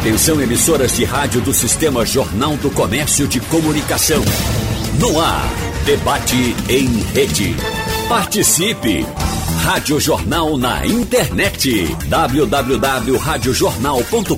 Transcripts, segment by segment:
Atenção, emissoras de rádio do Sistema Jornal do Comércio de Comunicação. No ar, debate em rede. Participe! Rádio Jornal na internet. www.radiojornal.com.br.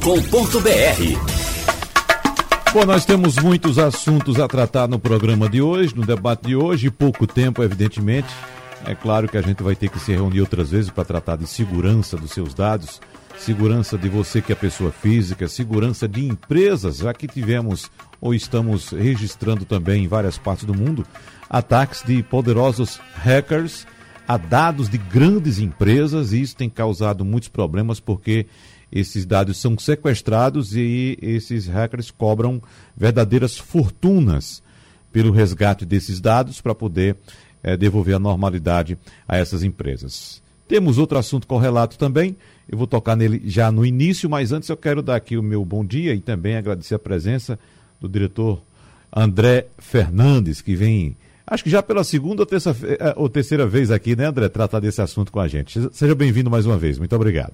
Bom, nós temos muitos assuntos a tratar no programa de hoje, no debate de hoje, e pouco tempo, evidentemente. É claro que a gente vai ter que se reunir outras vezes para tratar de segurança dos seus dados, segurança de você que é pessoa física, segurança de empresas, já que tivemos ou estamos registrando também em várias partes do mundo ataques de poderosos hackers a dados de grandes empresas, e isso tem causado muitos problemas porque esses dados são sequestrados e esses hackers cobram verdadeiras fortunas pelo resgate desses dados para poder devolver a normalidade a essas empresas. Temos outro assunto correlato também, eu vou tocar nele já no início, mas antes eu quero dar aqui o meu bom dia e também agradecer a presença do diretor André Fernandes, que vem, acho que já pela segunda ou terceira vez aqui, né, André, tratar desse assunto com a gente. Seja bem-vindo mais uma vez, muito obrigado.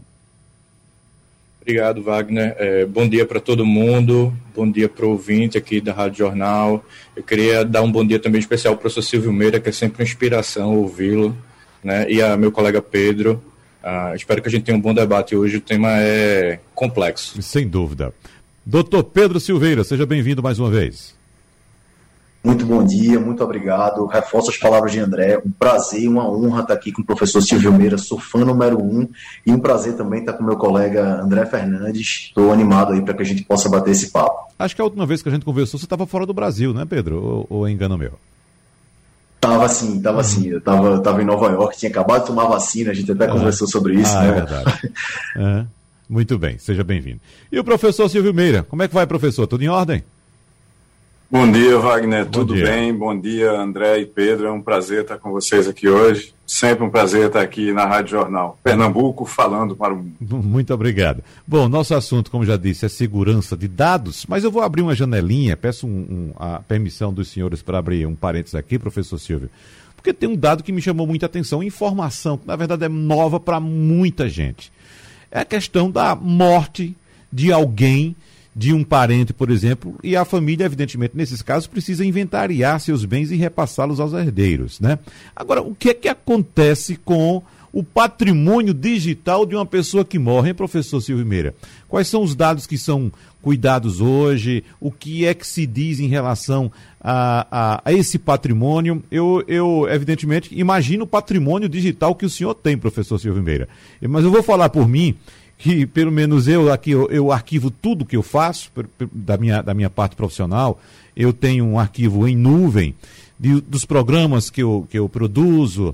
Obrigado, Wagner. Bom dia para todo mundo, bom dia para o ouvinte aqui da Rádio Jornal. Eu queria dar um bom dia também especial para o professor Silvio Meira, que é sempre uma inspiração ouvi-lo, né? E a meu colega Pedro. Espero que a gente tenha um bom debate hoje, o tema é complexo. Sem dúvida. Doutor Pedro Silveira, seja bem-vindo mais uma vez. Muito bom dia, muito obrigado. Reforço as palavras de André. Um prazer, uma honra estar aqui com o professor Silvio Meira, sou fã número 1, e um prazer também estar com o meu colega André Fernandes. Estou animado aí para que a gente possa bater esse papo. Acho que a última vez que a gente conversou, você estava fora do Brasil, né, Pedro? Ou engano meu? Tava sim. Eu tava em Nova York, tinha acabado de tomar vacina, a gente até conversou sobre isso, né? É verdade. Muito bem, seja bem-vindo. E o professor Silvio Meira, como é que vai, professor? Tudo em ordem? Bom dia, Wagner, tudo dia. bem? Bom dia, André e Pedro, é um prazer estar com vocês aqui hoje. Sempre um prazer estar aqui na Rádio Jornal. Pernambuco, falando para o mundo. Muito obrigado. Bom, nosso assunto, como já disse, é segurança de dados, mas eu vou abrir uma janelinha, peço a permissão dos senhores para abrir um parênteses aqui, professor Silvio, porque tem um dado que me chamou muita atenção, informação que na verdade é nova para muita gente. É a questão da morte de alguém, de um parente, por exemplo, e a família, evidentemente, nesses casos, precisa inventariar seus bens e repassá-los aos herdeiros, né? Agora, o que é que acontece com o patrimônio digital de uma pessoa que morre, hein, professor Silvio Meira? Quais são os dados que são cuidados hoje? O que é que se diz em relação a esse patrimônio? Eu, evidentemente, imagino o patrimônio digital que o senhor tem, professor Silvio Meira. Mas eu vou falar por mim, que pelo menos eu arquivo tudo que eu faço da minha parte profissional. Eu tenho um arquivo em nuvem dos programas que eu produzo,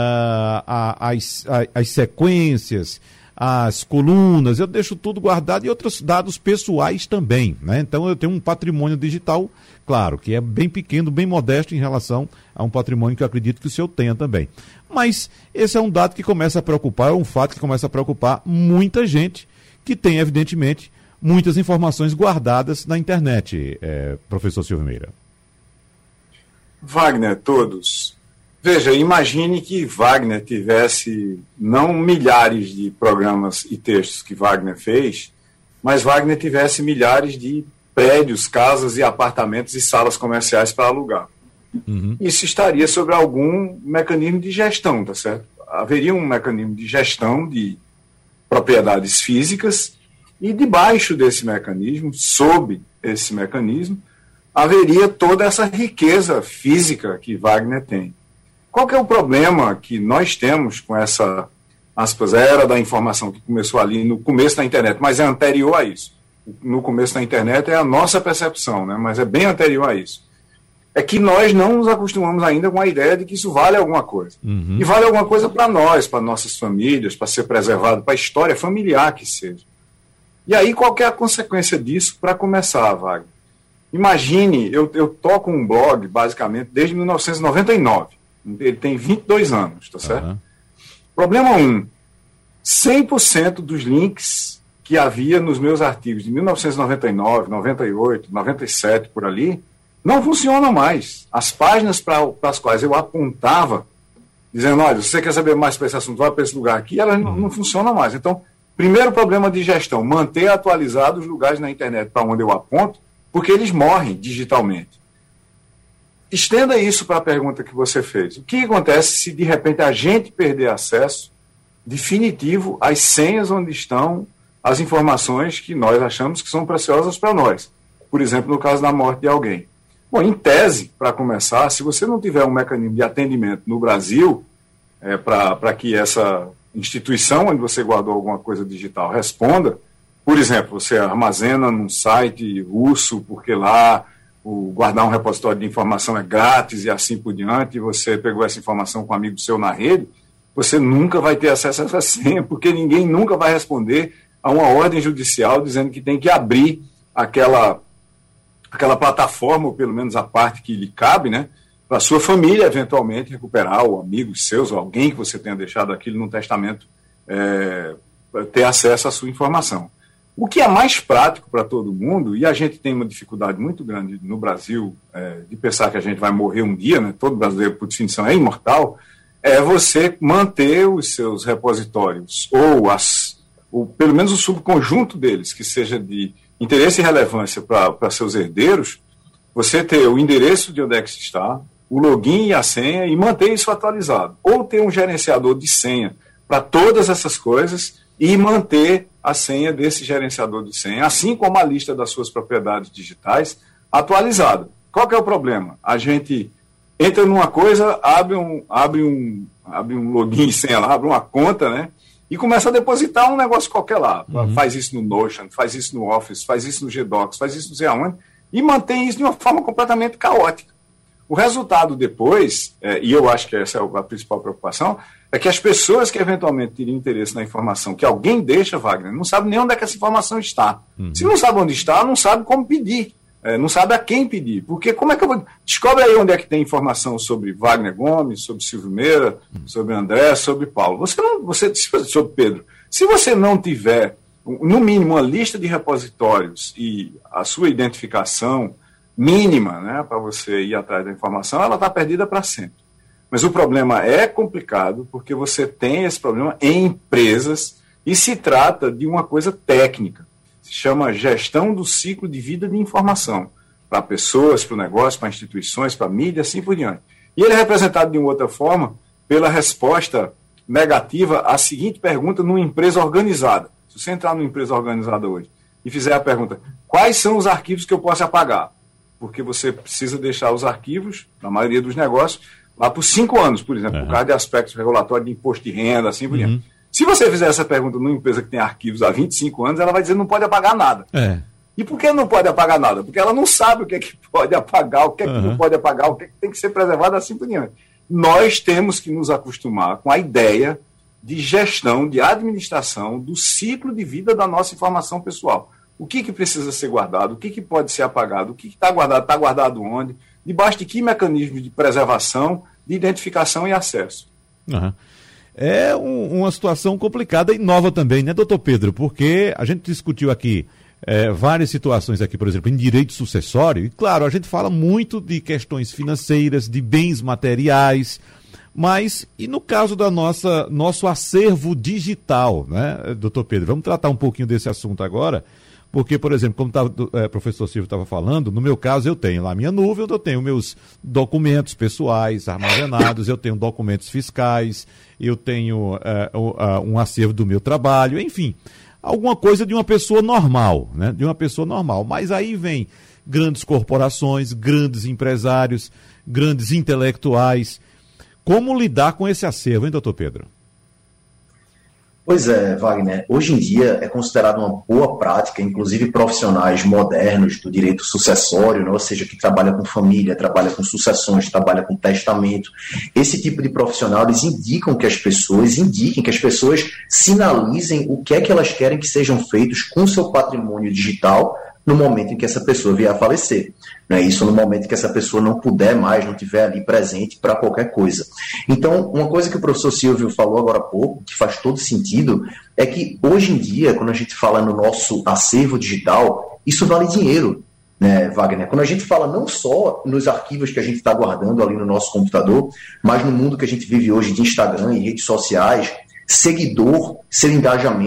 as sequências, as colunas, eu deixo tudo guardado, e outros dados pessoais também, né? Então eu tenho um patrimônio digital, claro, que é bem pequeno, bem modesto em relação a um patrimônio que eu acredito que o senhor tenha também. Mas esse é um dado que começa a preocupar, é um fato que começa a preocupar muita gente que tem, evidentemente, muitas informações guardadas na internet, professor Silvio Meira. Wagner, todos. Veja, imagine que Wagner tivesse não milhares de programas e textos que Wagner fez, mas Wagner tivesse milhares de prédios, casas e apartamentos e salas comerciais para alugar. Uhum. Isso estaria sobre algum mecanismo de gestão, tá certo? Haveria um mecanismo de gestão de propriedades físicas, e debaixo desse mecanismo, sob esse mecanismo, haveria toda essa riqueza física que Wagner tem. Qual que é o problema que nós temos com essa, aspas, era da informação que começou ali no começo da internet, mas é anterior a isso. No começo da internet é a nossa percepção, né? Mas é bem anterior a isso. É que nós não nos acostumamos ainda com a ideia de que isso vale alguma coisa. Uhum. E vale alguma coisa para nós, para nossas famílias, para ser preservado, para a história familiar que seja. E aí, qual que é a consequência disso para começar, Wagner? Imagine, eu toco um blog, basicamente, desde 1999. Ele tem 22 anos, tá certo? Uhum. Problema 1. 100% dos links que havia nos meus artigos de 1999, 98, 97, por ali, não funcionam mais. As páginas para as quais eu apontava, dizendo, olha, se você quer saber mais sobre esse assunto, vai para esse lugar aqui, elas não funcionam mais. Então, Primeiro problema de gestão, manter atualizados os lugares na internet para onde eu aponto, porque eles morrem digitalmente. Estenda isso para a pergunta que você fez. O que acontece se, de repente, a gente perder acesso definitivo às senhas onde estão as informações que nós achamos que são preciosas para nós? Por exemplo, no caso da morte de alguém. Bom, em tese, para começar, se você não tiver um mecanismo de atendimento no Brasil, para que essa instituição onde você guardou alguma coisa digital responda, por exemplo, você armazena num site russo, porque lá guardar um repositório de informação é grátis e assim por diante, e você pegou essa informação com um amigo seu na rede, você nunca vai ter acesso a essa senha, porque ninguém nunca vai responder a uma ordem judicial dizendo que tem que abrir aquela plataforma, ou pelo menos a parte que lhe cabe, né, para a sua família, eventualmente, recuperar, ou amigos seus, ou alguém que você tenha deixado aquilo no testamento, ter acesso à sua informação. O que é mais prático para todo mundo, e a gente tem uma dificuldade muito grande no Brasil, de pensar que a gente vai morrer um dia, né, todo brasileiro, por definição, é imortal, é você manter os seus repositórios, ou pelo menos o subconjunto deles, que seja de interesse e relevância para seus herdeiros, você ter o endereço de onde é que se está, o login e a senha, e manter isso atualizado. Ou ter um gerenciador de senha para todas essas coisas e manter a senha desse gerenciador de senha, assim como a lista das suas propriedades digitais, atualizada. Qual que é o problema? A gente entra numa coisa, abre um login e senha lá, abre uma conta, né? E começa a depositar um negócio qualquer lá. Faz isso no Notion, faz isso no Office, faz isso no Gdocs, faz isso não sei aonde, e mantém isso de uma forma completamente caótica. O resultado depois, e eu acho que essa é a principal preocupação, é que as pessoas que eventualmente teriam interesse na informação que alguém deixa, Wagner, não sabem nem onde é que essa informação está. Se não sabe onde está, não sabe como pedir. Não sabe a quem pedir. Porque como é que eu vou... Descobre aí onde é que tem informação sobre Wagner Gomes, sobre Silvio Meira, sobre André, sobre Paulo. Sobre Pedro. Se você não tiver, no mínimo, uma lista de repositórios e a sua identificação mínima, né, para você ir atrás da informação, ela está perdida para sempre. Mas o problema é complicado porque você tem esse problema em empresas e se trata de uma coisa técnica. Se chama gestão do ciclo de vida de informação para pessoas, para o negócio, para instituições, para mídia, assim por diante. E ele é representado de uma outra forma pela resposta negativa à seguinte pergunta numa empresa organizada. Se você entrar numa empresa organizada hoje e fizer a pergunta, quais são os arquivos que eu posso apagar? Porque você precisa deixar os arquivos, na maioria dos negócios, lá por 5 anos, por exemplo, por causa de aspectos regulatórios de imposto de renda, assim por diante. Se você fizer essa pergunta numa empresa que tem arquivos há 25 anos, ela vai dizer que não pode apagar nada. E por que não pode apagar nada? Porque ela não sabe o que é que pode apagar, o que é que não pode apagar, o que é que tem que ser preservado, assim por diante. Nós temos que nos acostumar com a ideia de gestão, de administração do ciclo de vida da nossa informação pessoal. O que precisa ser guardado, o que pode ser apagado, o que está guardado onde, debaixo de que mecanismo de preservação, de identificação e acesso. É uma situação complicada e nova também, né, doutor Pedro? Porque a gente discutiu aqui várias situações aqui, por exemplo, em direito sucessório, e claro, a gente fala muito de questões financeiras, de bens materiais, mas e no caso da nosso acervo digital, né, doutor Pedro? Vamos tratar um pouquinho desse assunto agora. Porque, por exemplo, como o professor Silvio estava falando, no meu caso eu tenho lá a minha nuvem, eu tenho meus documentos pessoais armazenados, eu tenho documentos fiscais, eu tenho um acervo do meu trabalho, enfim, alguma coisa de uma pessoa normal, né? De uma pessoa normal. Mas aí vem grandes corporações, grandes empresários, grandes intelectuais. Como lidar com esse acervo, hein, doutor Pedro? Pois é, Wagner. Hoje em dia é considerado uma boa prática, inclusive profissionais modernos do direito sucessório, né? Ou seja, que trabalha com família, trabalha com sucessões, trabalha com testamento. Esse tipo de profissional, eles indiquem que as pessoas sinalizem o que é que elas querem que sejam feitos com o seu patrimônio digital no momento em que essa pessoa vier a falecer. Né? Isso no momento em que essa pessoa não puder mais, não estiver ali presente para qualquer coisa. Então, uma coisa que o professor Silvio falou agora há pouco, que faz todo sentido, é que hoje em dia, quando a gente fala no nosso acervo digital, isso vale dinheiro, né, Wagner? Quando a gente fala não só nos arquivos que a gente está guardando ali no nosso computador, mas no mundo que a gente vive hoje de Instagram e redes sociais, seguidor, seu engajamento,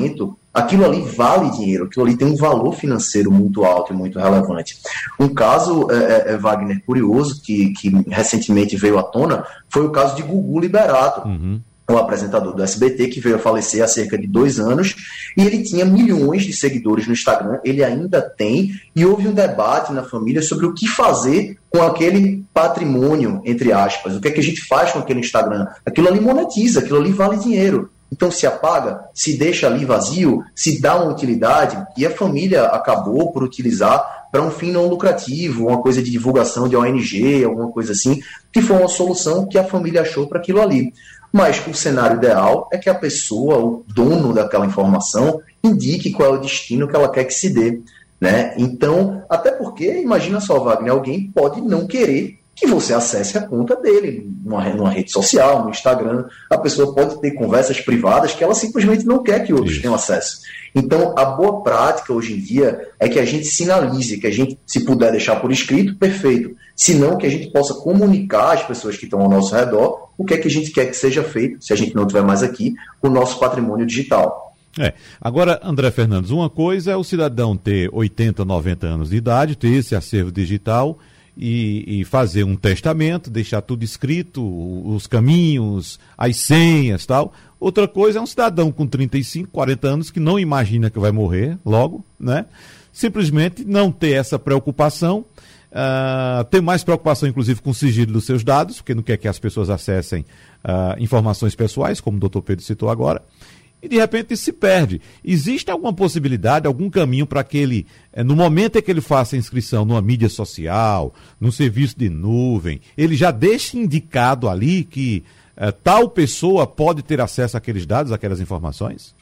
aquilo ali vale dinheiro, aquilo ali tem um valor financeiro muito alto e muito relevante. Um caso, Wagner, curioso, que recentemente veio à tona, foi o caso de Gugu Liberato, o apresentador do SBT, que veio a falecer há cerca de 2 anos, e ele tinha milhões de seguidores no Instagram, ele ainda tem, e houve um debate na família sobre o que fazer com aquele patrimônio, entre aspas, o que é que a gente faz com aquele Instagram. Aquilo ali monetiza, aquilo ali vale dinheiro. Então se apaga, se deixa ali vazio, se dá uma utilidade, e a família acabou por utilizar para um fim não lucrativo, uma coisa de divulgação de ONG, alguma coisa assim, que foi uma solução que a família achou para aquilo ali. Mas o cenário ideal é que a pessoa, o dono daquela informação, indique qual é o destino que ela quer que se dê, né? Então, até porque, imagina só, Wagner, alguém pode não querer que você acesse a conta dele, numa rede social, no Instagram. A pessoa pode ter conversas privadas que ela simplesmente não quer que outros tenham acesso. Então, a boa prática hoje em dia é que a gente sinalize, que a gente, se puder deixar por escrito, perfeito. Se não, que a gente possa comunicar às pessoas que estão ao nosso redor o que é que a gente quer que seja feito, se a gente não estiver mais aqui, com o nosso patrimônio digital. Agora, André Fernandes, uma coisa é o cidadão ter 80, 90 anos de idade, ter esse acervo digital e fazer um testamento, deixar tudo escrito, os caminhos, as senhas, tal. Outra coisa é um cidadão com 35, 40 anos que não imagina que vai morrer logo, né? Simplesmente não ter essa preocupação, ter mais preocupação, inclusive, com o sigilo dos seus dados, porque não quer que as pessoas acessem informações pessoais, como o doutor Pedro citou agora, e de repente isso se perde. Existe alguma possibilidade, algum caminho para que ele, no momento em que ele faça a inscrição numa mídia social, num serviço de nuvem, ele já deixe indicado ali que tal pessoa pode ter acesso àqueles dados, àquelas informações?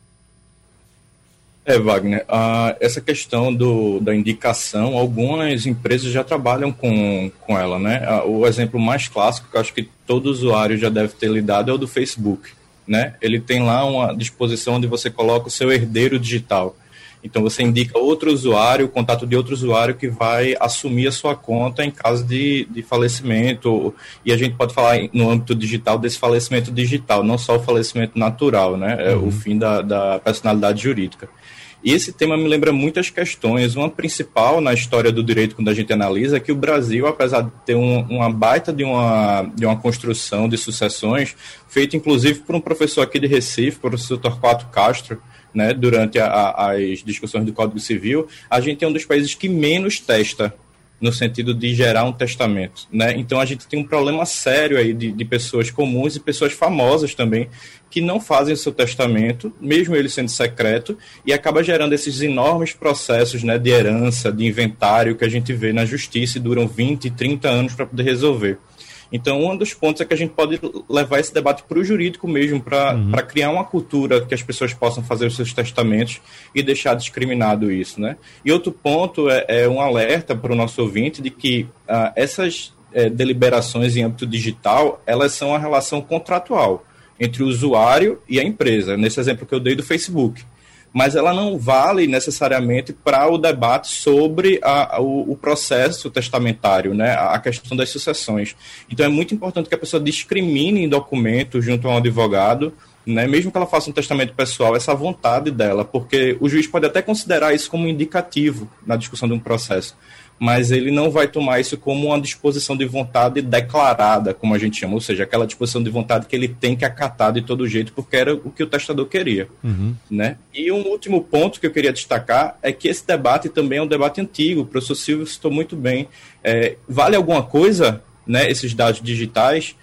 Wagner, essa questão da indicação, algumas empresas já trabalham com ela, né? O exemplo mais clássico, que eu acho que todo usuário já deve ter lidado, é o do Facebook, né? Ele tem lá uma disposição onde você coloca o seu herdeiro digital. Então você indica outro usuário, o contato de outro usuário que vai assumir a sua conta em caso de falecimento. E a gente pode falar no âmbito digital desse falecimento digital, não só o falecimento natural, né? O fim da personalidade jurídica. E esse tema me lembra muitas questões. Uma principal na história do direito, quando a gente analisa, é que o Brasil, apesar de ter uma baita de uma construção de sucessões, feita inclusive por um professor aqui de Recife, o professor Torquato Castro, né, durante as discussões do Código Civil, a gente é um dos países que menos testa no sentido de gerar um testamento, né? Então a gente tem um problema sério aí de pessoas comuns e pessoas famosas também que não fazem o seu testamento, mesmo ele sendo secreto, e acaba gerando esses enormes processos, né, de herança, de inventário que a gente vê na justiça e duram 20, 30 anos para poder resolver. Então, um dos pontos é que a gente pode levar esse debate para o jurídico mesmo, para criar uma cultura que as pessoas possam fazer os seus testamentos e deixar discriminado isso, né? E outro ponto é um alerta para o nosso ouvinte de que essas deliberações em âmbito digital, elas são uma relação contratual entre o usuário e a empresa, nesse exemplo que eu dei do Facebook. Mas ela não vale necessariamente para o debate sobre o processo testamentário, né? A questão das sucessões. Então é muito importante que a pessoa discrimine em documento junto a um advogado, né? Mesmo que ela faça um testamento pessoal, essa vontade dela, porque o juiz pode até considerar isso como indicativo na discussão de um processo, mas ele não vai tomar isso como uma disposição de vontade declarada, como a gente chama, ou seja, aquela disposição de vontade que ele tem que acatar de todo jeito, porque era o que o testador queria. Né? E um último ponto que eu queria destacar é que esse debate também é um debate antigo, o professor Silvio citou muito bem. Vale alguma coisa, né, esses dados digitais?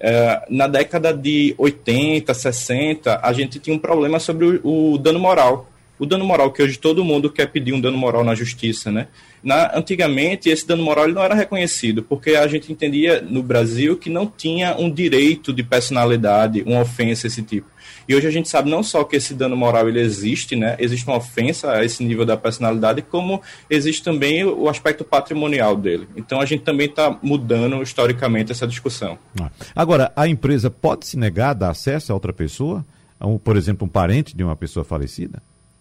Na década de 80, 60, a gente tinha um problema sobre o dano moral. O dano moral, que hoje todo mundo quer pedir um dano moral na justiça, né? Antigamente, esse dano moral ele não era reconhecido, porque a gente entendia no Brasil que não tinha um direito de personalidade, uma ofensa, esse tipo. E hoje a gente sabe não só que esse dano moral ele existe, né? Existe uma ofensa a esse nível da personalidade, como existe também o aspecto patrimonial dele. Então a gente também está mudando historicamente essa discussão. Agora, a empresa pode se negar a dar acesso a outra pessoa? Por exemplo, um parente de uma pessoa falecida?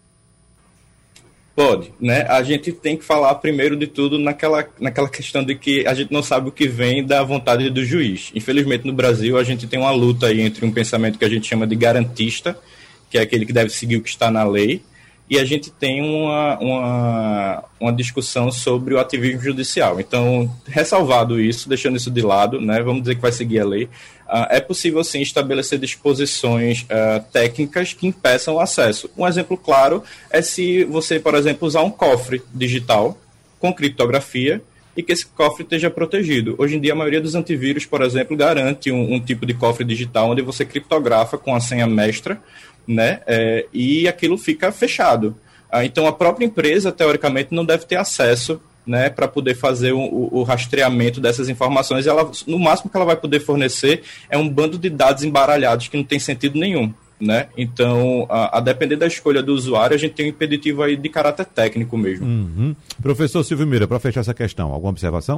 Pode, né? A gente tem que falar primeiro de tudo naquela questão de que a gente não sabe o que vem da vontade do juiz. Infelizmente, no Brasil, a gente tem uma luta aí entre um pensamento que a gente chama de garantista que é aquele que deve seguir o que está na lei, e a gente tem uma discussão sobre o ativismo judicial. Então, ressalvado isso, deixando isso de lado, né, vamos dizer que vai seguir a lei, é possível, sim, estabelecer disposições técnicas que impeçam o acesso. Um exemplo claro é se você, por exemplo, usar um cofre digital com criptografia e que esse cofre esteja protegido. Hoje em dia, a maioria dos antivírus, por exemplo, garante um tipo de cofre digital onde você criptografa com a senha mestra, né, e aquilo fica fechado. Então, a própria empresa, teoricamente, não deve ter acesso, né, para poder fazer o rastreamento dessas informações. Ela, no máximo que ela vai poder fornecer é um bando de dados embaralhados que não tem sentido nenhum. Né? Então, a depender da escolha do usuário, a gente tem um impeditivo aí de caráter técnico mesmo. Uhum. Professor Silvio Meira, para fechar essa questão, alguma observação?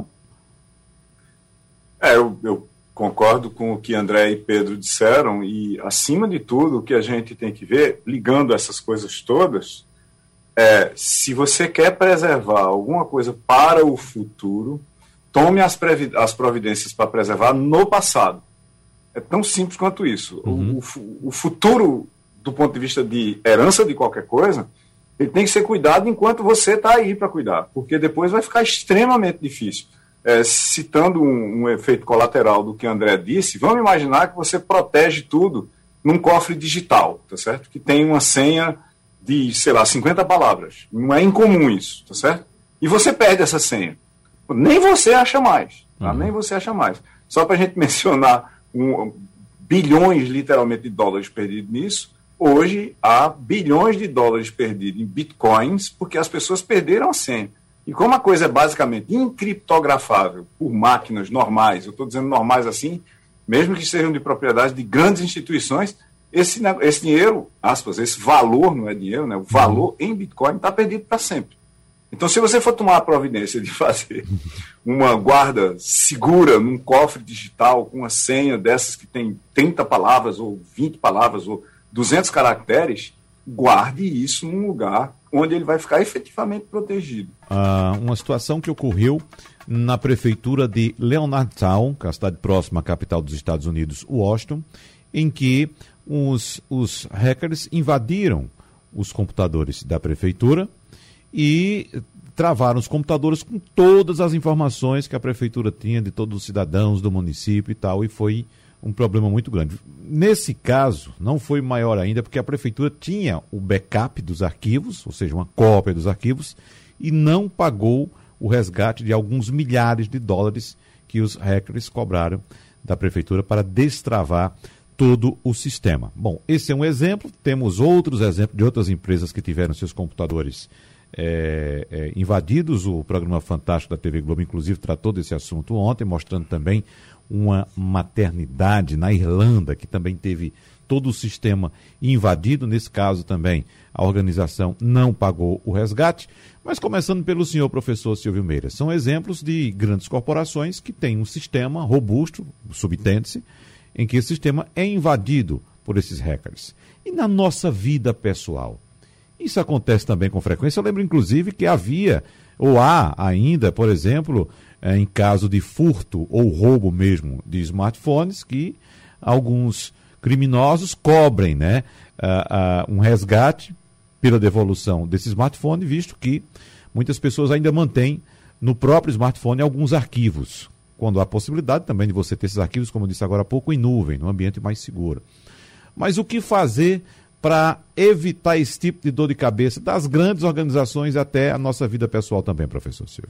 Eu concordo com o que André e Pedro disseram, e, acima de tudo, o que a gente tem que ver, ligando essas coisas todas, se você quer preservar alguma coisa para o futuro, tome as providências para preservar no passado. É tão simples quanto isso. Uhum. O futuro, do ponto de vista de herança de qualquer coisa, ele tem que ser cuidado enquanto você está aí para cuidar, porque depois vai ficar extremamente difícil. Citando um efeito colateral do que André disse, vamos imaginar que você protege tudo num cofre digital, tá certo? Que tem uma senha de, 50 palavras. Não é incomum isso, tá certo? E você perde essa senha. Nem você acha mais, tá? Nem você acha mais. Só para a gente mencionar bilhões, literalmente, de dólares perdidos nisso, hoje há bilhões de dólares perdidos em bitcoins porque as pessoas perderam a senha. E como a coisa é basicamente incriptografável por máquinas normais, eu estou dizendo normais assim, mesmo que sejam de propriedade de grandes instituições, esse dinheiro, aspas, esse valor, não é dinheiro, né? O valor em Bitcoin está perdido para sempre. Então, se você for tomar a providência de fazer uma guarda segura num cofre digital com uma senha dessas que tem 30 palavras, ou 20 palavras, ou 200 caracteres, guarde isso num lugar onde ele vai ficar efetivamente protegido. Uma situação que ocorreu na prefeitura de Leonardtown, que é a cidade próxima à capital dos Estados Unidos, Washington, em que os hackers invadiram os computadores da prefeitura e travaram os computadores com todas as informações que a prefeitura tinha de todos os cidadãos do município e tal, e foi um problema muito grande. Nesse caso, não foi maior ainda, porque a prefeitura tinha o backup dos arquivos, ou seja, uma cópia dos arquivos, e não pagou o resgate de alguns milhares de dólares que os hackers cobraram da prefeitura para destravar todo o sistema. Bom, esse é um exemplo, temos outros exemplos de outras empresas que tiveram seus computadores invadidos. O programa Fantástico da TV Globo, inclusive, tratou desse assunto ontem, mostrando também uma maternidade na Irlanda, que também teve todo o sistema invadido. Nesse caso também, a organização não pagou o resgate. Mas começando pelo senhor professor Silvio Meira, são exemplos de grandes corporações que têm um sistema robusto, subtende-se, em que esse sistema é invadido por esses hackers. E na nossa vida pessoal? Isso acontece também com frequência. Eu lembro, inclusive, que havia, ou há ainda, por exemplo, em caso de furto ou roubo mesmo de smartphones, que alguns criminosos cobrem, né, um resgate pela devolução desse smartphone, visto que muitas pessoas ainda mantêm no próprio smartphone alguns arquivos, quando há possibilidade também de você ter esses arquivos, como eu disse agora há pouco, em nuvem, num ambiente mais seguro. Mas o que fazer para evitar esse tipo de dor de cabeça das grandes organizações até a nossa vida pessoal também, professor Silvio?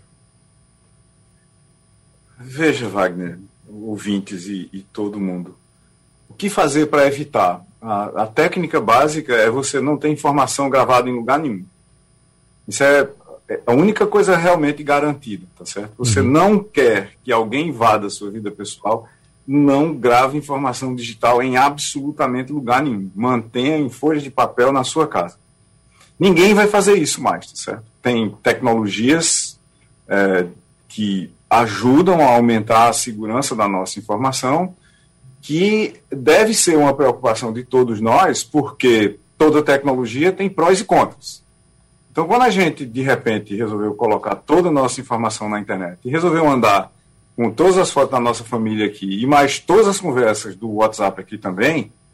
Veja, Wagner, ouvintes e todo mundo, o que fazer para evitar? A técnica básica é você não ter informação gravada em lugar nenhum. Isso é a única coisa realmente garantida, tá certo? Você não quer que alguém invada a sua vida pessoal, não grave informação digital em absolutamente lugar nenhum. Mantenha em folhas de papel na sua casa. Ninguém vai fazer isso mais, tá certo? Tem tecnologias que ajudam a aumentar a segurança da nossa informação, que deve ser uma preocupação de todos nós, porque toda tecnologia tem prós e contras. Então, quando a gente, de repente, resolveu colocar toda a nossa informação na internet e resolveu andar com todas as fotos da nossa família aqui e mais todas as conversas do WhatsApp aqui também,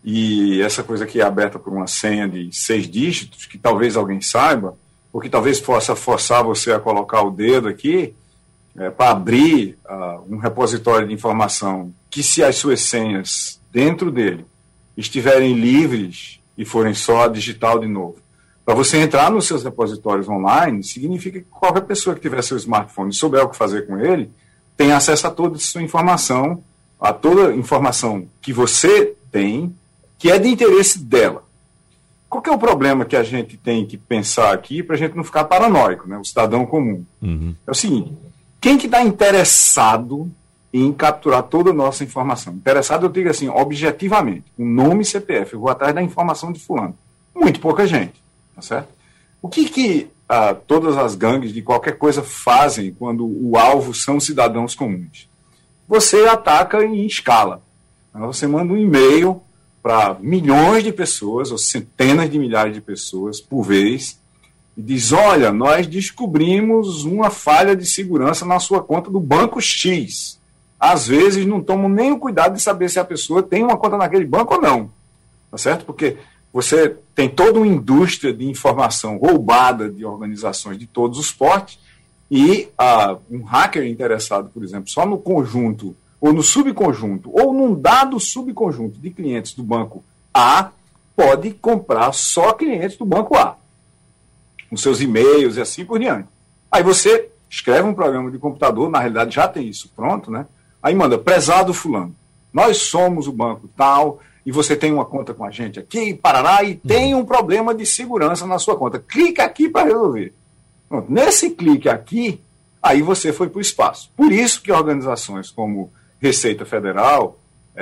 e essa coisa aqui é aberta por uma senha de 6 dígitos, que talvez alguém saiba, ou que talvez possa forçar você a colocar o dedo aqui, para abrir um repositório de informação, que se as suas senhas dentro dele estiverem livres e forem só digital de novo, para você entrar nos seus repositórios online, significa que qualquer pessoa que tiver seu smartphone e souber o que fazer com ele, tem acesso a toda a sua informação, a toda a informação que você tem, que é de interesse dela. Qual que é o problema que a gente tem que pensar aqui para a gente não ficar paranoico, né? O cidadão comum? É o seguinte, quem que está interessado em capturar toda a nossa informação? Interessado, eu digo assim, objetivamente, o nome e CPF, eu vou atrás da informação de fulano. Muito pouca gente, tá certo? O que todas as gangues de qualquer coisa fazem quando o alvo são cidadãos comuns? Você ataca em escala. Você manda um e-mail para milhões de pessoas, ou centenas de milhares de pessoas por vez, e diz, olha, nós descobrimos uma falha de segurança na sua conta do banco X. Às vezes não tomam nem o cuidado de saber se a pessoa tem uma conta naquele banco ou não. Tá certo? Porque você tem toda uma indústria de informação roubada de organizações de todos os portes, e um hacker interessado, por exemplo, só no conjunto, ou no subconjunto, ou num dado subconjunto de clientes do banco A, pode comprar só clientes do banco A, com seus e-mails e assim por diante. Aí você escreve um programa de computador, na realidade já tem isso pronto, né? Aí manda, prezado fulano, nós somos o banco tal, e você tem uma conta com a gente aqui, parará, e tem um problema de segurança na sua conta. Clica aqui para resolver. Pronto. Nesse clique aqui, aí você foi para o espaço. Por isso que organizações como Receita Federal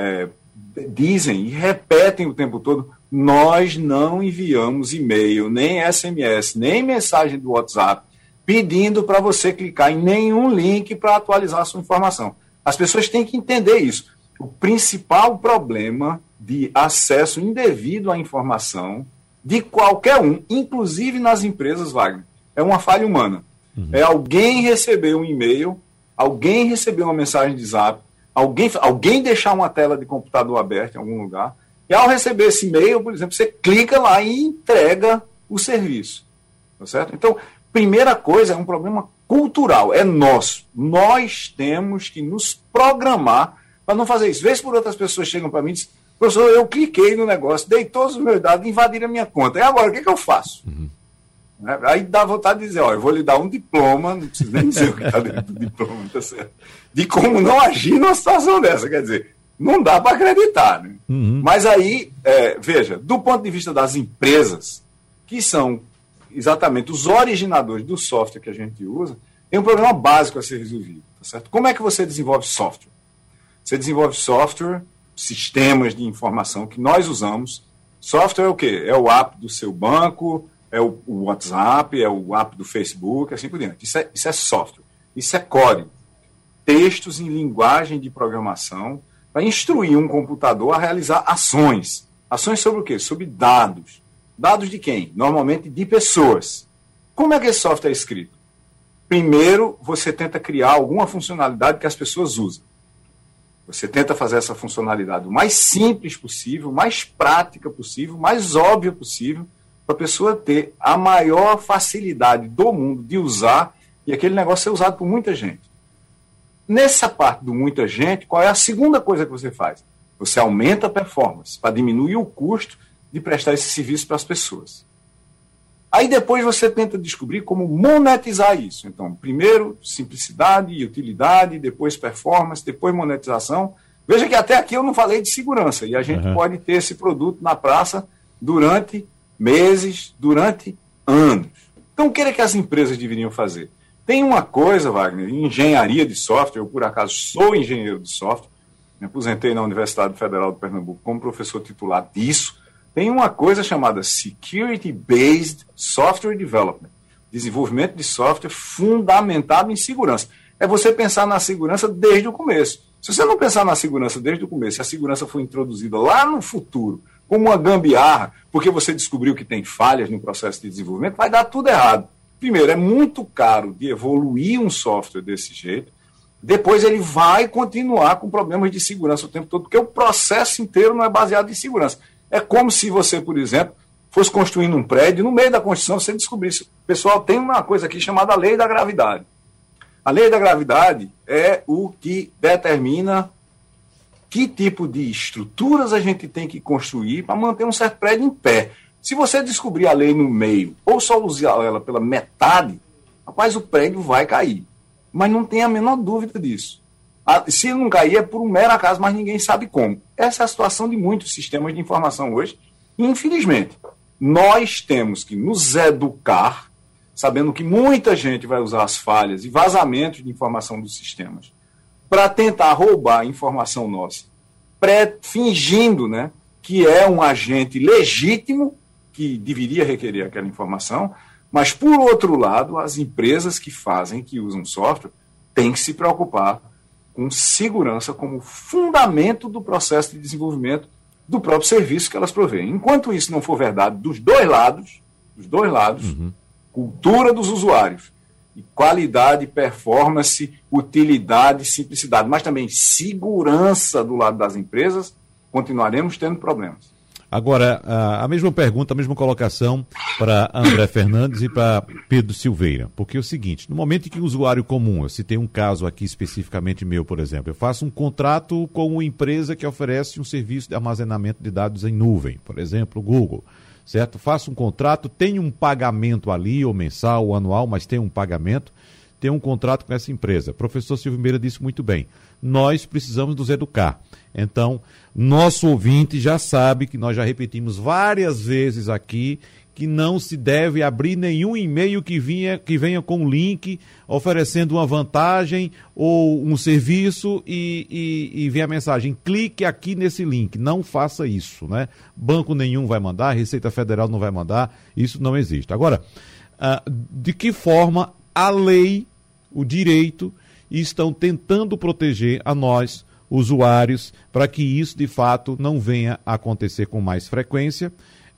dizem e repetem o tempo todo, nós não enviamos e-mail, nem SMS, nem mensagem do WhatsApp, pedindo para você clicar em nenhum link para atualizar a sua informação. As pessoas têm que entender isso. O principal problema de acesso indevido à informação de qualquer um, inclusive nas empresas, Wagner, é uma falha humana. É alguém receber um e-mail, alguém receber uma mensagem de zap, alguém deixar uma tela de computador aberta em algum lugar, e ao receber esse e-mail, por exemplo, você clica lá e entrega o serviço. Tá certo? Então, primeira coisa, é um problema cultural, é nosso. Nós temos que nos programar para não fazer isso. Vez por outras pessoas chegam para mim e dizem, professor, eu cliquei no negócio, dei todos os meus dados, invadiram a minha conta. E agora, o que eu faço? Aí dá vontade de dizer, eu vou lhe dar um diploma, não preciso nem dizer o que está dentro do diploma, tá certo? De como não agir numa situação dessa. Quer dizer, não dá para acreditar. Né? Mas aí, veja, do ponto de vista das empresas, que são exatamente os originadores do software que a gente usa, tem um problema básico a ser resolvido. Tá certo? Como é que você desenvolve software? Você desenvolve software, sistemas de informação que nós usamos. Software é o quê? É o app do seu banco, é o WhatsApp, é o app do Facebook, assim por diante. Isso é software. Isso é código. Textos em linguagem de programação para instruir um computador a realizar ações. Ações sobre o quê? Sobre dados. Dados de quem? Normalmente de pessoas. Como é que esse software é escrito? Primeiro, você tenta criar alguma funcionalidade que as pessoas usam. Você tenta fazer essa funcionalidade o mais simples possível, mais prática possível, mais óbvia possível, para a pessoa ter a maior facilidade do mundo de usar e aquele negócio ser usado por muita gente. Nessa parte do muita gente, qual é a segunda coisa que você faz? Você aumenta a performance para diminuir o custo de prestar esse serviço para as pessoas. Aí depois você tenta descobrir como monetizar isso. Então, primeiro, simplicidade e utilidade, depois performance, depois monetização. Veja que até aqui eu não falei de segurança, e a gente pode ter esse produto na praça durante meses, durante anos. Então, o que é que as empresas deveriam fazer? Tem uma coisa, Wagner, em engenharia de software, eu por acaso sou engenheiro de software, me aposentei na Universidade Federal de Pernambuco como professor titular disso. Tem uma coisa chamada Security-Based Software Development, desenvolvimento de software fundamentado em segurança. É você pensar na segurança desde o começo. Se você não pensar na segurança desde o começo, se a segurança for introduzida lá no futuro, como uma gambiarra, porque você descobriu que tem falhas no processo de desenvolvimento, vai dar tudo errado. Primeiro, é muito caro de evoluir um software desse jeito. Depois ele vai continuar com problemas de segurança o tempo todo, porque o processo inteiro não é baseado em segurança. É como se você, por exemplo, fosse construindo um prédio, no meio da construção você descobrisse. Pessoal, tem uma coisa aqui chamada lei da gravidade. A lei da gravidade é o que determina que tipo de estruturas a gente tem que construir para manter um certo prédio em pé. Se você descobrir a lei no meio ou só usar ela pela metade, rapaz, o prédio vai cair. Mas não tem a menor dúvida disso. Se não cair é por um mero acaso, mas ninguém sabe como. Essa é a situação de muitos sistemas de informação hoje. E, infelizmente, nós temos que nos educar, sabendo que muita gente vai usar as falhas e vazamentos de informação dos sistemas para tentar roubar a informação nossa, fingindo, né, que é um agente legítimo que deveria requerer aquela informação, mas, por outro lado, as empresas que usam software, têm que se preocupar com segurança como fundamento do processo de desenvolvimento do próprio serviço que elas provêem. Enquanto isso não for verdade dos dois lados, cultura dos usuários, e qualidade, performance, utilidade, simplicidade, mas também segurança do lado das empresas, continuaremos tendo problemas. Agora, a mesma pergunta, a mesma colocação para André Fernandes e para Pedro Silveira. Porque é o seguinte, no momento em que o usuário comum, eu citei um caso aqui especificamente meu, por exemplo, eu faço um contrato com uma empresa que oferece um serviço de armazenamento de dados em nuvem, por exemplo, o Google, certo? Faço um contrato, tenho um pagamento ali, ou mensal, ou anual, mas tem um pagamento, tenho um contrato com essa empresa. O professor Silvio Meira disse muito bem, nós precisamos nos educar. Então, nosso ouvinte já sabe que nós já repetimos várias vezes aqui que não se deve abrir nenhum e-mail que venha com um link oferecendo uma vantagem ou um serviço e venha a mensagem, clique aqui nesse link. Não faça isso, né? Banco nenhum vai mandar, Receita Federal não vai mandar, isso não existe. Agora, de que forma a lei, o direito, estão tentando proteger a nós, usuários, para que isso de fato não venha a acontecer com mais frequência,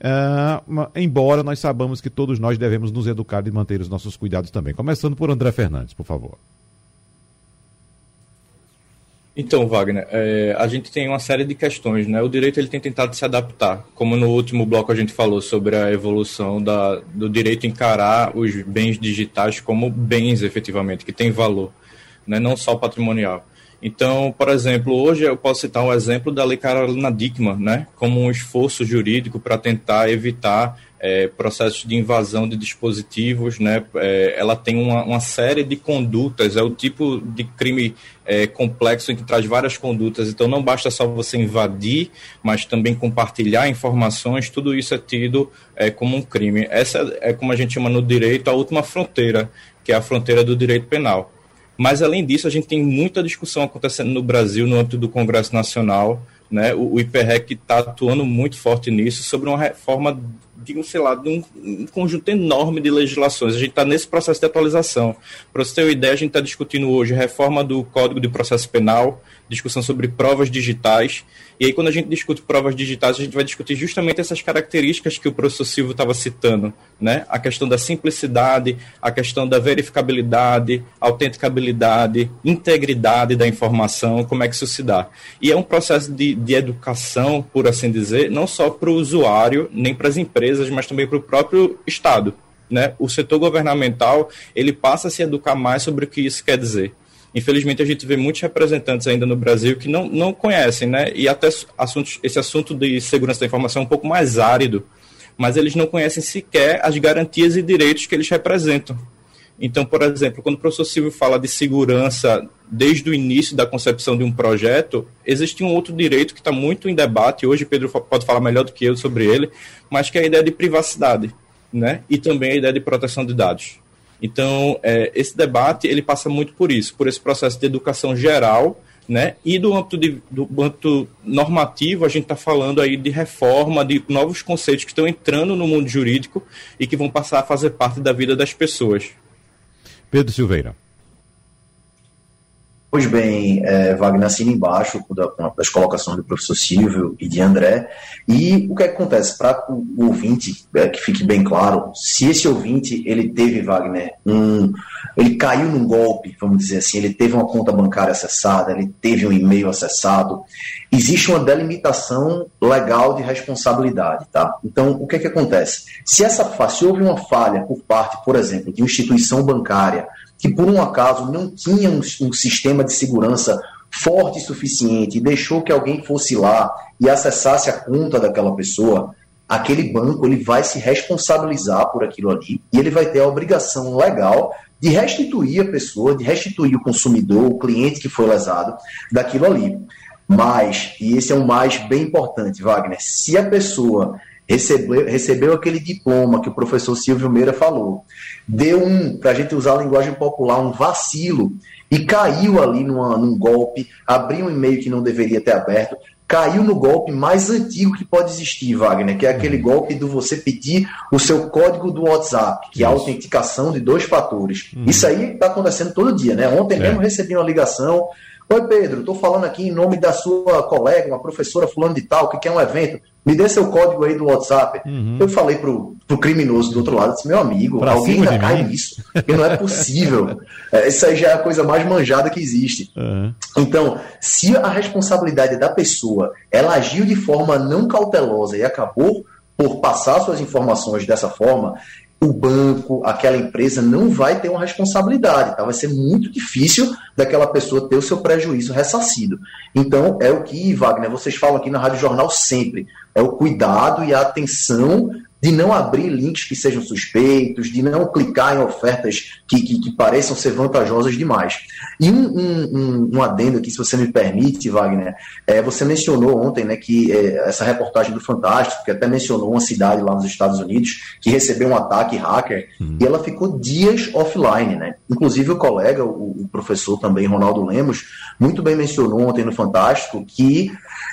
embora nós saibamos que todos nós devemos nos educar e manter os nossos cuidados também. Começando por André Fernandes, por favor. Então, Wagner, a gente tem uma série de questões, né? O direito ele tem tentado se adaptar, como no último bloco a gente falou sobre a evolução do direito encarar os bens digitais como bens, efetivamente, que têm valor, né? Não só patrimonial. Então, por exemplo, hoje eu posso citar um exemplo da Lei Carolina Dickmann, né, como um esforço jurídico para tentar evitar processos de invasão de dispositivos, né, ela tem uma série de condutas, é o tipo de crime complexo em que traz várias condutas, então não basta só você invadir, mas também compartilhar informações, tudo isso é tido como um crime. Essa é como a gente chama no direito a última fronteira, que é a fronteira do direito penal. Mas, além disso, a gente tem muita discussão acontecendo no Brasil, no âmbito do Congresso Nacional, né? O IPREC está atuando muito forte nisso, sobre uma reforma de um conjunto enorme de legislações. A gente está nesse processo de atualização. Para você ter uma ideia, a gente está discutindo hoje a reforma do Código de Processo Penal, discussão sobre provas digitais, e aí quando a gente discute provas digitais, a gente vai discutir justamente essas características que o professor Silvio estava citando, né? A questão da simplicidade, a questão da verificabilidade, autenticabilidade, integridade da informação, como é que isso se dá. E é um processo de educação, por assim dizer, não só para o usuário, nem para as empresas, mas também para o próprio Estado, né? O setor governamental, ele passa a se educar mais sobre o que isso quer dizer. Infelizmente, a gente vê muitos representantes ainda no Brasil que não conhecem, né? E até esse assunto de segurança da informação é um pouco mais árido, mas eles não conhecem sequer as garantias e direitos que eles representam. Então, por exemplo, quando o professor Silvio fala de segurança desde o início da concepção de um projeto, existe um outro direito que está muito em debate, hoje Pedro pode falar melhor do que eu sobre ele, mas que é a ideia de privacidade, né? E também a ideia de proteção de dados. Então, esse debate ele passa muito por isso, por esse processo de educação geral, né? E do âmbito normativo, a gente está falando aí de reforma, de novos conceitos que estão entrando no mundo jurídico e que vão passar a fazer parte da vida das pessoas. Pedro Silveira. Pois bem, Wagner, assina embaixo das colocações do professor Silvio e de André. E o que acontece? Para o ouvinte, que fique bem claro, se esse ouvinte, ele teve, Wagner, ele caiu num golpe, vamos dizer assim, ele teve uma conta bancária acessada, ele teve um e-mail acessado, existe uma delimitação legal de responsabilidade, tá? Então, o que acontece? Se houve uma falha por parte, por exemplo, de uma instituição bancária que, por um acaso, não tinha um sistema de segurança forte o suficiente e deixou que alguém fosse lá e acessasse a conta daquela pessoa, aquele banco ele vai se responsabilizar por aquilo ali e ele vai ter a obrigação legal de restituir a pessoa, de restituir o consumidor, o cliente que foi lesado daquilo ali. Mas, e esse é um mais bem importante, Wagner, se a pessoa recebeu aquele diploma que o professor Silvio Meira falou, deu para a gente usar a linguagem popular, um vacilo, e caiu ali num golpe, abriu um e-mail que não deveria ter aberto, caiu no golpe mais antigo que pode existir, Wagner, que é aquele golpe do você pedir o seu código do WhatsApp, que é a autenticação de 2 fatores. Isso aí está acontecendo todo dia, né? Ontem mesmo recebi uma ligação: oi Pedro, estou falando aqui em nome da sua colega, uma professora fulano de tal, que quer um evento, me dê seu código aí do WhatsApp. Eu falei pro criminoso do outro lado, disse: meu amigo, alguém ainda cai nisso, porque não é possível. Isso aí já é a coisa mais manjada que existe. Então, se a responsabilidade da pessoa, ela agiu de forma não cautelosa e acabou por passar suas informações dessa forma, o banco, aquela empresa não vai ter uma responsabilidade, tá? Vai ser muito difícil daquela pessoa ter o seu prejuízo ressarcido. Então, é o que, Wagner, vocês falam aqui na Rádio Jornal sempre, é o cuidado e a atenção de não abrir links que sejam suspeitos, de não clicar em ofertas que pareçam ser vantajosas demais. E um adendo aqui, se você me permite, Wagner, você mencionou ontem, né, que essa reportagem do Fantástico, que até mencionou uma cidade lá nos Estados Unidos que recebeu um ataque hacker, e ela ficou dias offline, né? Inclusive o colega, o professor também, Ronaldo Lemos, muito bem mencionou ontem no Fantástico que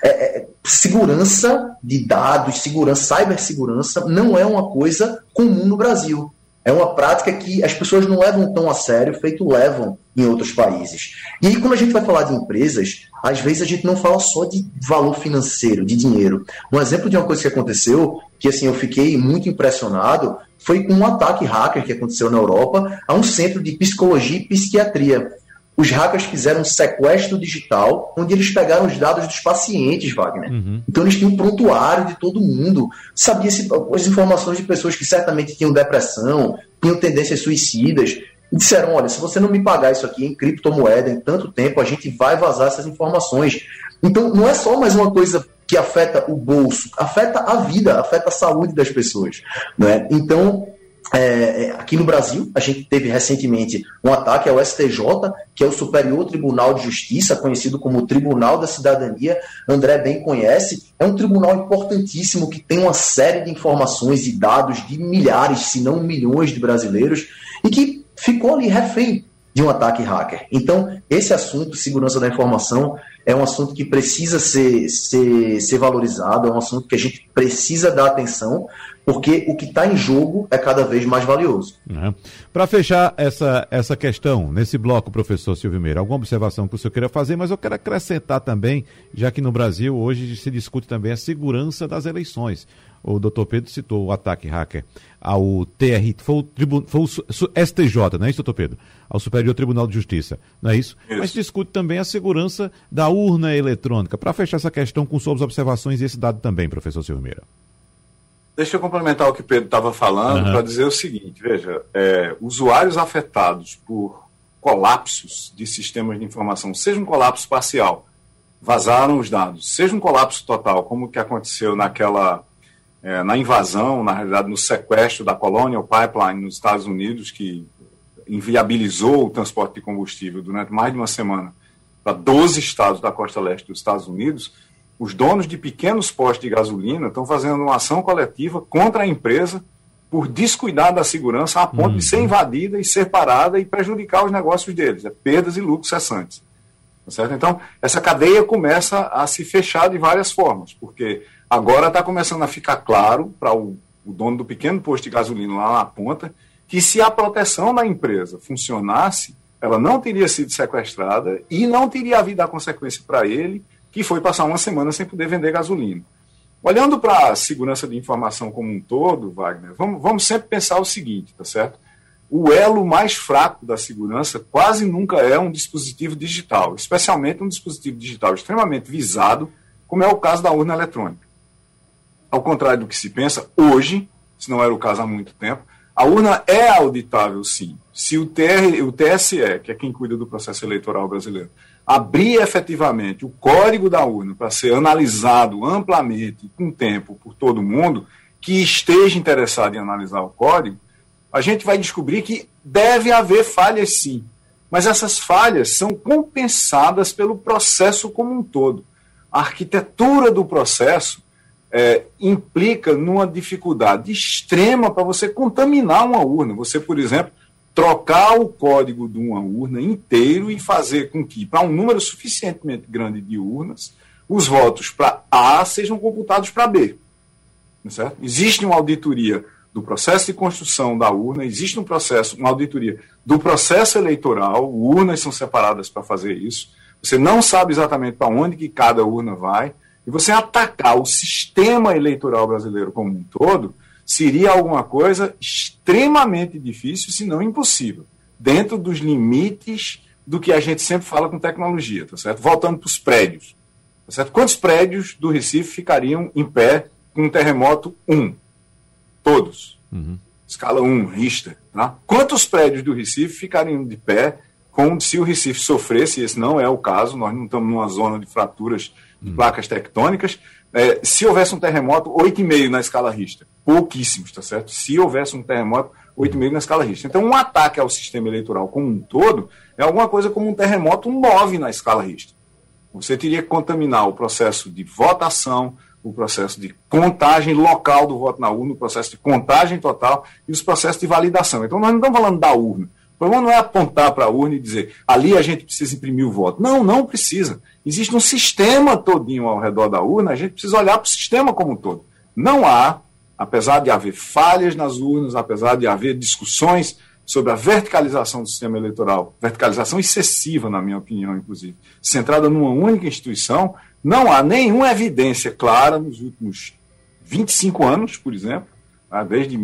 segurança de dados, cibersegurança não é uma coisa comum no Brasil. É uma prática que as pessoas não levam tão a sério, feito levam em outros países. E aí, quando a gente vai falar de empresas, às vezes a gente não fala só de valor financeiro, de dinheiro. Um exemplo de uma coisa que aconteceu, que assim, eu fiquei muito impressionado, foi com um ataque hacker que aconteceu na Europa a um centro de psicologia e psiquiatria. Os hackers fizeram um sequestro digital, onde eles pegaram os dados dos pacientes, Wagner. Então eles tinham um prontuário de todo mundo, sabia as informações de pessoas que certamente tinham depressão, tinham tendências suicidas, e disseram: olha, se você não me pagar isso aqui em criptomoeda em tanto tempo, a gente vai vazar essas informações. Então não é só mais uma coisa que afeta o bolso, afeta a vida, afeta a saúde das pessoas, né? Então, aqui no Brasil, a gente teve recentemente um ataque ao STJ, que é o Superior Tribunal de Justiça, conhecido como Tribunal da Cidadania. André bem conhece, é um tribunal importantíssimo que tem uma série de informações e dados de milhares, se não milhões de brasileiros, e que ficou ali refém de um ataque hacker. Então, esse assunto, segurança da informação, é um assunto que precisa ser valorizado, é um assunto que a gente precisa dar atenção, porque o que está em jogo é cada vez mais valioso. Para fechar essa questão, nesse bloco, professor Silvio Meira, alguma observação que o senhor queira fazer, mas eu quero acrescentar também, já que no Brasil hoje se discute também a segurança das eleições. O doutor Pedro citou o ataque hacker ao foi o STJ, não é isso, doutor Pedro? Ao Superior Tribunal de Justiça, não é isso? Mas discute também a segurança da urna eletrônica. Para fechar essa questão com suas observações e esse dado também, professor Silvio Meira. Deixa eu complementar o que o Pedro estava falando para dizer o seguinte: veja, usuários afetados por colapsos de sistemas de informação, seja um colapso parcial, vazaram os dados, seja um colapso total, como o que aconteceu na invasão, na realidade no sequestro da Colonial Pipeline nos Estados Unidos, que inviabilizou o transporte de combustível durante mais de uma semana para 12 estados da costa leste dos Estados Unidos. Os donos de pequenos postos de gasolina estão fazendo uma ação coletiva contra a empresa por descuidar da segurança a ponto de ser invadida e ser parada e prejudicar os negócios deles. Perdas e lucros cessantes. Tá certo? Então, essa cadeia começa a se fechar de várias formas, porque agora está começando a ficar claro para o dono do pequeno posto de gasolina lá na ponta que se a proteção da empresa funcionasse, ela não teria sido sequestrada e não teria havido a consequência para ele, que foi passar uma semana sem poder vender gasolina. Olhando para a segurança de informação como um todo, Wagner, vamos sempre pensar o seguinte, tá certo? O elo mais fraco da segurança quase nunca é um dispositivo digital, especialmente um dispositivo digital extremamente visado, como é o caso da urna eletrônica. Ao contrário do que se pensa, hoje, se não era o caso há muito tempo, a urna é auditável, sim. Se o TSE, que é quem cuida do processo eleitoral brasileiro, abrir efetivamente o código da urna para ser analisado amplamente, com tempo, por todo mundo, que esteja interessado em analisar o código, a gente vai descobrir que deve haver falhas, sim. Mas essas falhas são compensadas pelo processo como um todo. A arquitetura do processo implica numa dificuldade extrema para você contaminar uma urna. Você, por exemplo, trocar o código de uma urna inteiro e fazer com que, para um número suficientemente grande de urnas, os votos para A sejam computados para B. Certo? Existe uma auditoria do processo de construção da urna, existe uma auditoria do processo eleitoral, urnas são separadas para fazer isso. Você não sabe exatamente para onde que cada urna vai, e você atacar o sistema eleitoral brasileiro como um todo seria alguma coisa extremamente difícil, se não impossível, dentro dos limites do que a gente sempre fala com tecnologia, tá certo? Voltando para os prédios, tá certo? Quantos prédios do Recife ficariam em pé com um terremoto 1? Todos. Escala 1, Richter. Tá? Quantos prédios do Recife ficariam de pé se o Recife sofresse, esse não é o caso, nós não estamos numa zona de fraturas de placas tectônicas, se houvesse um terremoto, 8,5 na escala Richter. Pouquíssimos, tá certo? Se houvesse um terremoto, 8,5 na escala Richter. Então, um ataque ao sistema eleitoral como um todo é alguma coisa como um terremoto 9 na escala Richter. Você teria que contaminar o processo de votação, o processo de contagem local do voto na urna, o processo de contagem total e os processos de validação. Então, nós não estamos falando da urna. O problema não é apontar para a urna e dizer, ali a gente precisa imprimir o voto. Não, não precisa. Existe um sistema todinho ao redor da urna, a gente precisa olhar para o sistema como um todo. Não há, apesar de haver falhas nas urnas, apesar de haver discussões sobre a verticalização do sistema eleitoral, verticalização excessiva, na minha opinião, inclusive, centrada numa única instituição, não há nenhuma evidência clara nos últimos 25 anos, por exemplo, desde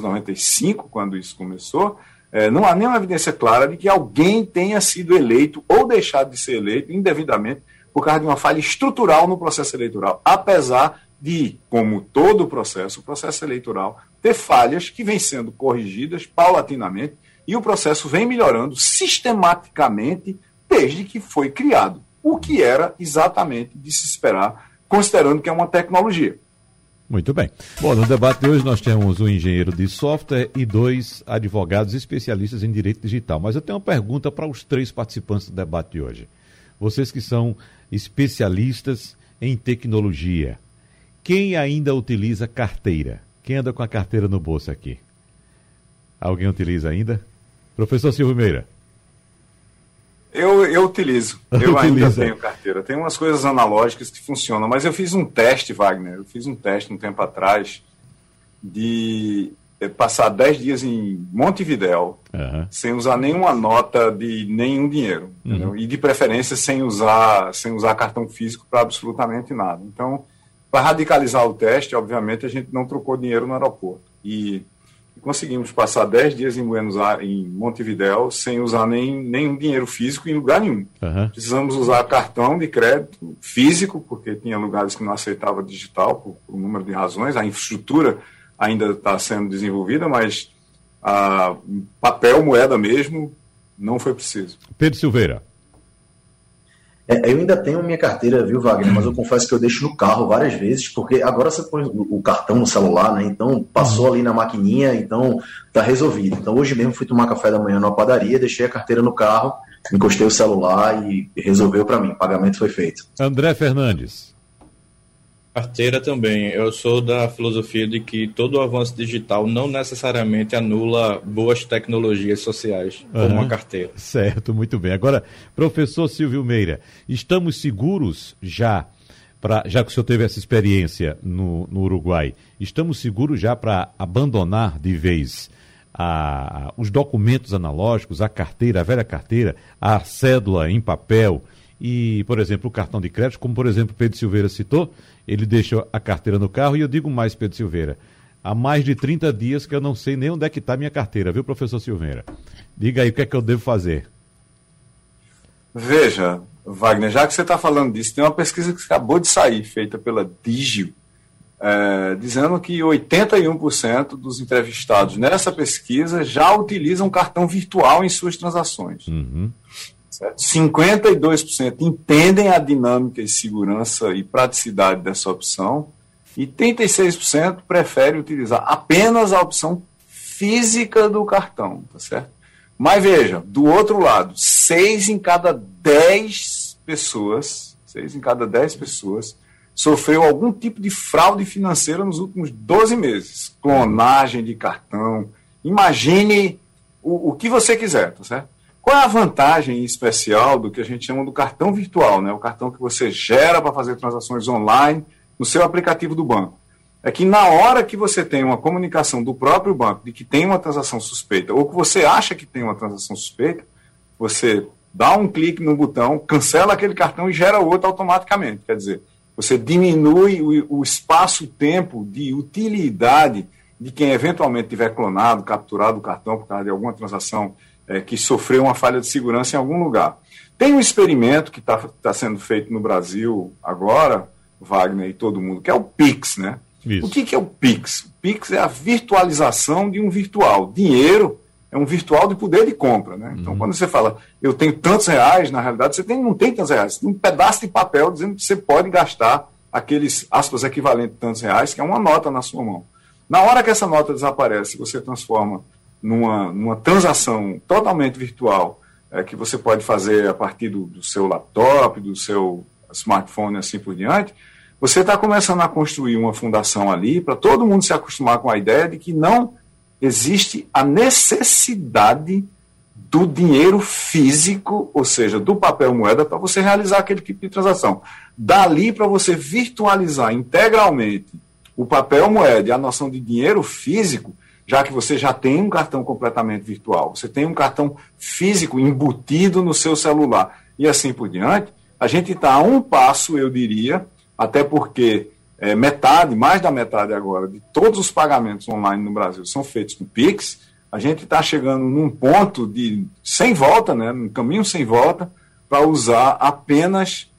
1995, quando isso começou, não há nenhuma evidência clara de que alguém tenha sido eleito ou deixado de ser eleito indevidamente por causa de uma falha estrutural no processo eleitoral, apesar de, como todo o processo eleitoral, ter falhas que vêm sendo corrigidas paulatinamente e o processo vem melhorando sistematicamente desde que foi criado, o que era exatamente de se esperar, considerando que é uma tecnologia. Muito bem. Bom, no debate de hoje nós temos um engenheiro de software e 2 advogados especialistas em direito digital. Mas eu tenho uma pergunta para os 3 participantes do debate de hoje. Vocês que são especialistas em tecnologia, quem ainda utiliza carteira? Quem anda com a carteira no bolso aqui? Alguém utiliza ainda? Professor Silvio Meira. Eu utilizo. Eu ainda tenho carteira. Tem umas coisas analógicas que funcionam, mas eu fiz um teste, Wagner. Eu fiz um teste um tempo atrás de passar 10 dias em Montevidéu, sem usar nenhuma nota de nenhum dinheiro. E de preferência sem usar cartão físico para absolutamente nada. Então, para radicalizar o teste, obviamente, a gente não trocou dinheiro no aeroporto. E conseguimos passar 10 dias em Montevidéu sem usar nenhum dinheiro físico em lugar nenhum. Precisamos usar cartão de crédito físico, porque tinha lugares que não aceitava digital, por um número de razões. A infraestrutura ainda está sendo desenvolvida, mas papel, moeda mesmo, não foi preciso. Pedro Silveira. Eu ainda tenho minha carteira, viu, Wagner? Mas eu confesso que eu deixo no carro várias vezes, porque agora você põe o cartão no celular, né? Então passou ali na maquininha, então tá resolvido. Então hoje mesmo fui tomar café da manhã numa padaria, deixei a carteira no carro, encostei o celular e resolveu para mim. O pagamento foi feito. André Fernandes. Carteira também. Eu sou da filosofia de que todo o avanço digital não necessariamente anula boas tecnologias sociais, como uma carteira. Certo, muito bem. Agora, professor Silvio Meira, estamos seguros já que o senhor teve essa experiência no Uruguai, estamos seguros já para abandonar de vez os documentos analógicos, a carteira, a velha carteira, a cédula em papel e, por exemplo, o cartão de crédito, como, por exemplo, Pedro Silveira citou, ele deixou a carteira no carro e eu digo mais, Pedro Silveira, há mais de 30 dias que eu não sei nem onde é que está minha carteira, viu, professor Silveira? Diga aí o que é que eu devo fazer. Veja, Wagner, já que você está falando disso, tem uma pesquisa que acabou de sair, feita pela Digio, dizendo que 81% dos entrevistados nessa pesquisa já utilizam cartão virtual em suas transações. Uhum. 52% entendem a dinâmica e segurança e praticidade dessa opção e 36% preferem utilizar apenas a opção física do cartão, tá certo? Mas veja, do outro lado, 6 em cada 10 pessoas sofreu algum tipo de fraude financeira nos últimos 12 meses. Clonagem de cartão. Imagine o que você quiser, tá certo? Qual é a vantagem especial do que a gente chama do cartão virtual, né? O cartão que você gera para fazer transações online no seu aplicativo do banco. É que na hora que você tem uma comunicação do próprio banco de que tem uma transação suspeita, ou que você acha que tem uma transação suspeita, você dá um clique no botão, cancela aquele cartão e gera outro automaticamente. Quer dizer, você diminui o espaço-tempo de utilidade de quem eventualmente tiver clonado, capturado o cartão por causa de alguma transação que sofreu uma falha de segurança em algum lugar. Tem um experimento que está sendo feito no Brasil agora, Wagner e todo mundo, que é o Pix, né? Isso. O que é o Pix? O Pix é a virtualização de um virtual. Dinheiro é um virtual de poder de compra, né? Então, quando você fala, eu tenho tantos reais, na realidade, você não tem tantos reais. Você tem um pedaço de papel dizendo que você pode gastar aqueles, aspas, equivalentes a tantos reais, que é uma nota na sua mão. Na hora que essa nota desaparece, você transforma numa transação totalmente virtual, que você pode fazer a partir do seu laptop, do seu smartphone e assim por diante, você está começando a construir uma fundação ali para todo mundo se acostumar com a ideia de que não existe a necessidade do dinheiro físico, ou seja, do papel moeda, para você realizar aquele tipo de transação. Dali para você virtualizar integralmente o papel moeda e a noção de dinheiro físico, já que você já tem um cartão completamente virtual, você tem um cartão físico embutido no seu celular e assim por diante, a gente está a um passo, eu diria, até porque mais da metade agora de todos os pagamentos online no Brasil são feitos com Pix, a gente está chegando num ponto sem volta, né, num caminho sem volta, para usar apenas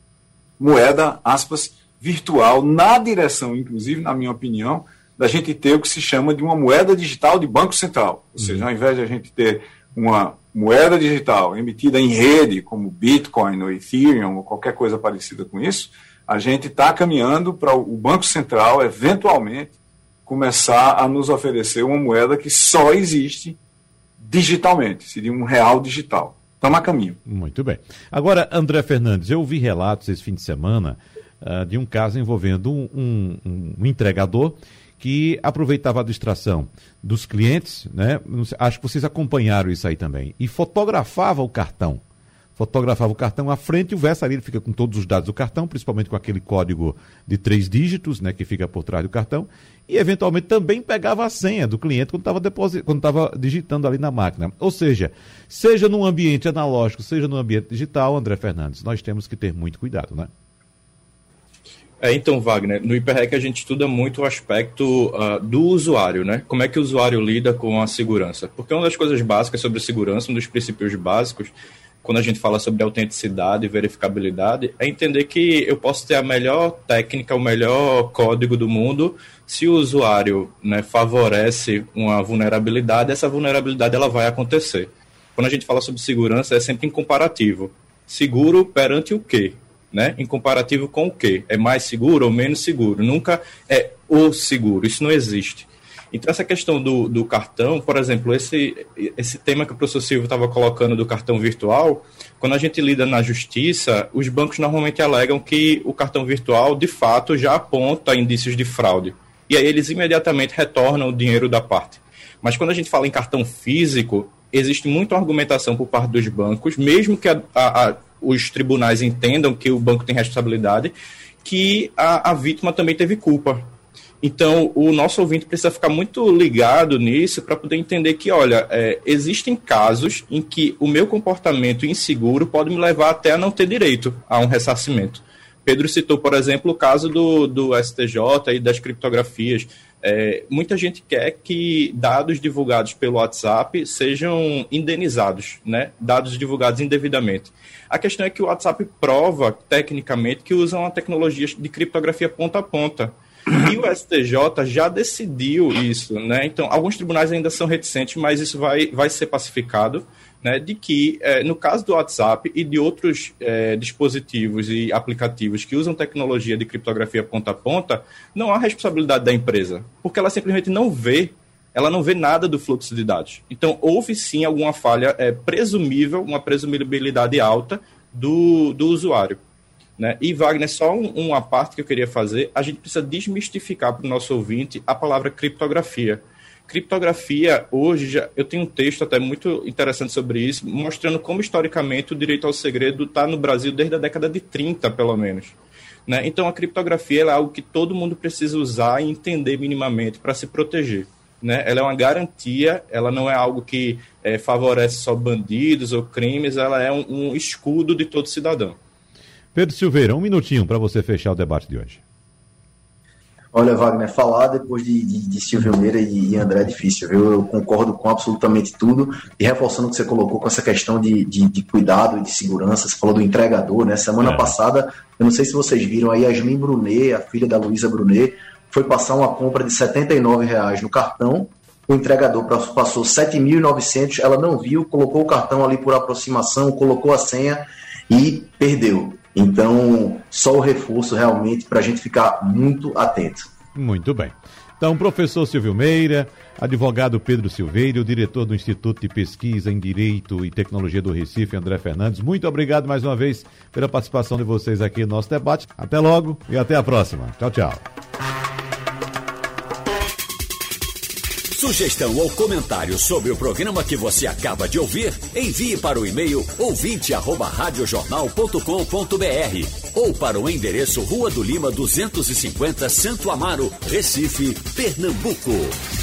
moeda, aspas, virtual, na direção, inclusive, na minha opinião, da gente ter o que se chama de uma moeda digital de Banco Central. Ou seja, ao invés de a gente ter uma moeda digital emitida em rede, como Bitcoin ou Ethereum ou qualquer coisa parecida com isso, a gente está caminhando para o Banco Central, eventualmente, começar a nos oferecer uma moeda que só existe digitalmente, seria um real digital. Estamos a caminho. Muito bem. Agora, André Fernandes, eu ouvi relatos esse fim de semana de um caso envolvendo um entregador que aproveitava a distração dos clientes, né? Acho que vocês acompanharam isso aí também, e fotografava o cartão à frente e o verso ali, ele fica com todos os dados do cartão, principalmente com aquele código de 3 dígitos, né, que fica por trás do cartão, e eventualmente também pegava a senha do cliente quando estava digitando ali na máquina. Ou seja no ambiente analógico, seja no ambiente digital, André Fernandes, nós temos que ter muito cuidado, né? Então, Wagner, no HyperREC a gente estuda muito o aspecto do usuário, né? Como é que o usuário lida com a segurança? Porque uma das coisas básicas sobre segurança, um dos princípios básicos, quando a gente fala sobre autenticidade e verificabilidade, é entender que eu posso ter a melhor técnica, o melhor código do mundo, se o usuário, né, favorece uma vulnerabilidade, essa vulnerabilidade ela vai acontecer. Quando a gente fala sobre segurança, é sempre em comparativo. Seguro perante o quê? Né? Em comparativo com o quê? É mais seguro ou menos seguro? Nunca é o seguro, isso não existe. Então, essa questão do cartão, por exemplo, esse tema que o professor Silvio estava colocando do cartão virtual, quando a gente lida na justiça, os bancos normalmente alegam que o cartão virtual, de fato, já aponta indícios de fraude. E aí eles imediatamente retornam o dinheiro da parte. Mas quando a gente fala em cartão físico, existe muita argumentação por parte dos bancos, mesmo que os tribunais entendam que o banco tem responsabilidade, que a vítima também teve culpa. Então, o nosso ouvinte precisa ficar muito ligado nisso para poder entender que, olha, existem casos em que o meu comportamento inseguro pode me levar até a não ter direito a um ressarcimento. Pedro citou, por exemplo, o caso do STJ e das criptografias. muita gente quer que dados divulgados pelo WhatsApp sejam indenizados, né? Dados divulgados indevidamente. A questão é que o WhatsApp prova, tecnicamente, que usa uma tecnologia de criptografia ponta a ponta. E o STJ já decidiu isso, né? Então, alguns tribunais ainda são reticentes, mas isso vai ser pacificado, né? De que, no caso do WhatsApp e de outros dispositivos e aplicativos que usam tecnologia de criptografia ponta a ponta, não há responsabilidade da empresa, porque ela simplesmente não vê nada do fluxo de dados. Então, houve sim alguma falha presumível, uma presumibilidade alta do usuário. Né? E, Wagner, só uma parte que eu queria fazer, a gente precisa desmistificar para o nosso ouvinte a palavra criptografia. Criptografia, hoje, eu tenho um texto até muito interessante sobre isso, mostrando como, historicamente, o direito ao segredo está no Brasil desde a década de 30, pelo menos. Né? Então, a criptografia é algo que todo mundo precisa usar e entender minimamente para se proteger. Né? Ela é uma garantia, ela não é algo que favorece só bandidos ou crimes, ela é um escudo de todo cidadão. Pedro Silveira, um minutinho para você fechar o debate de hoje. Olha, Wagner, falar depois de Silvio Meira e André é difícil, viu? Eu concordo com absolutamente tudo, e reforçando o que você colocou com essa questão de cuidado e de segurança, você falou do entregador, né? Semana passada, eu não sei se vocês viram, a Yasmin Brunet, a filha da Luísa Brunet, foi passar uma compra de R$79 no cartão, o entregador passou 7.900, ela não viu, colocou o cartão ali por aproximação, colocou a senha e perdeu. Então, só o reforço realmente para a gente ficar muito atento. Muito bem. Então, professor Silvio Meira, advogado Pedro Silveira, o diretor do Instituto de Pesquisa em Direito e Tecnologia do Recife, André Fernandes, muito obrigado mais uma vez pela participação de vocês aqui no nosso debate. Até logo e até a próxima. Tchau, tchau. Sugestão ou comentário sobre o programa que você acaba de ouvir, envie para o e-mail ouvinte@radiojornal.com.br ou para o endereço Rua do Lima 250, Santo Amaro, Recife, Pernambuco.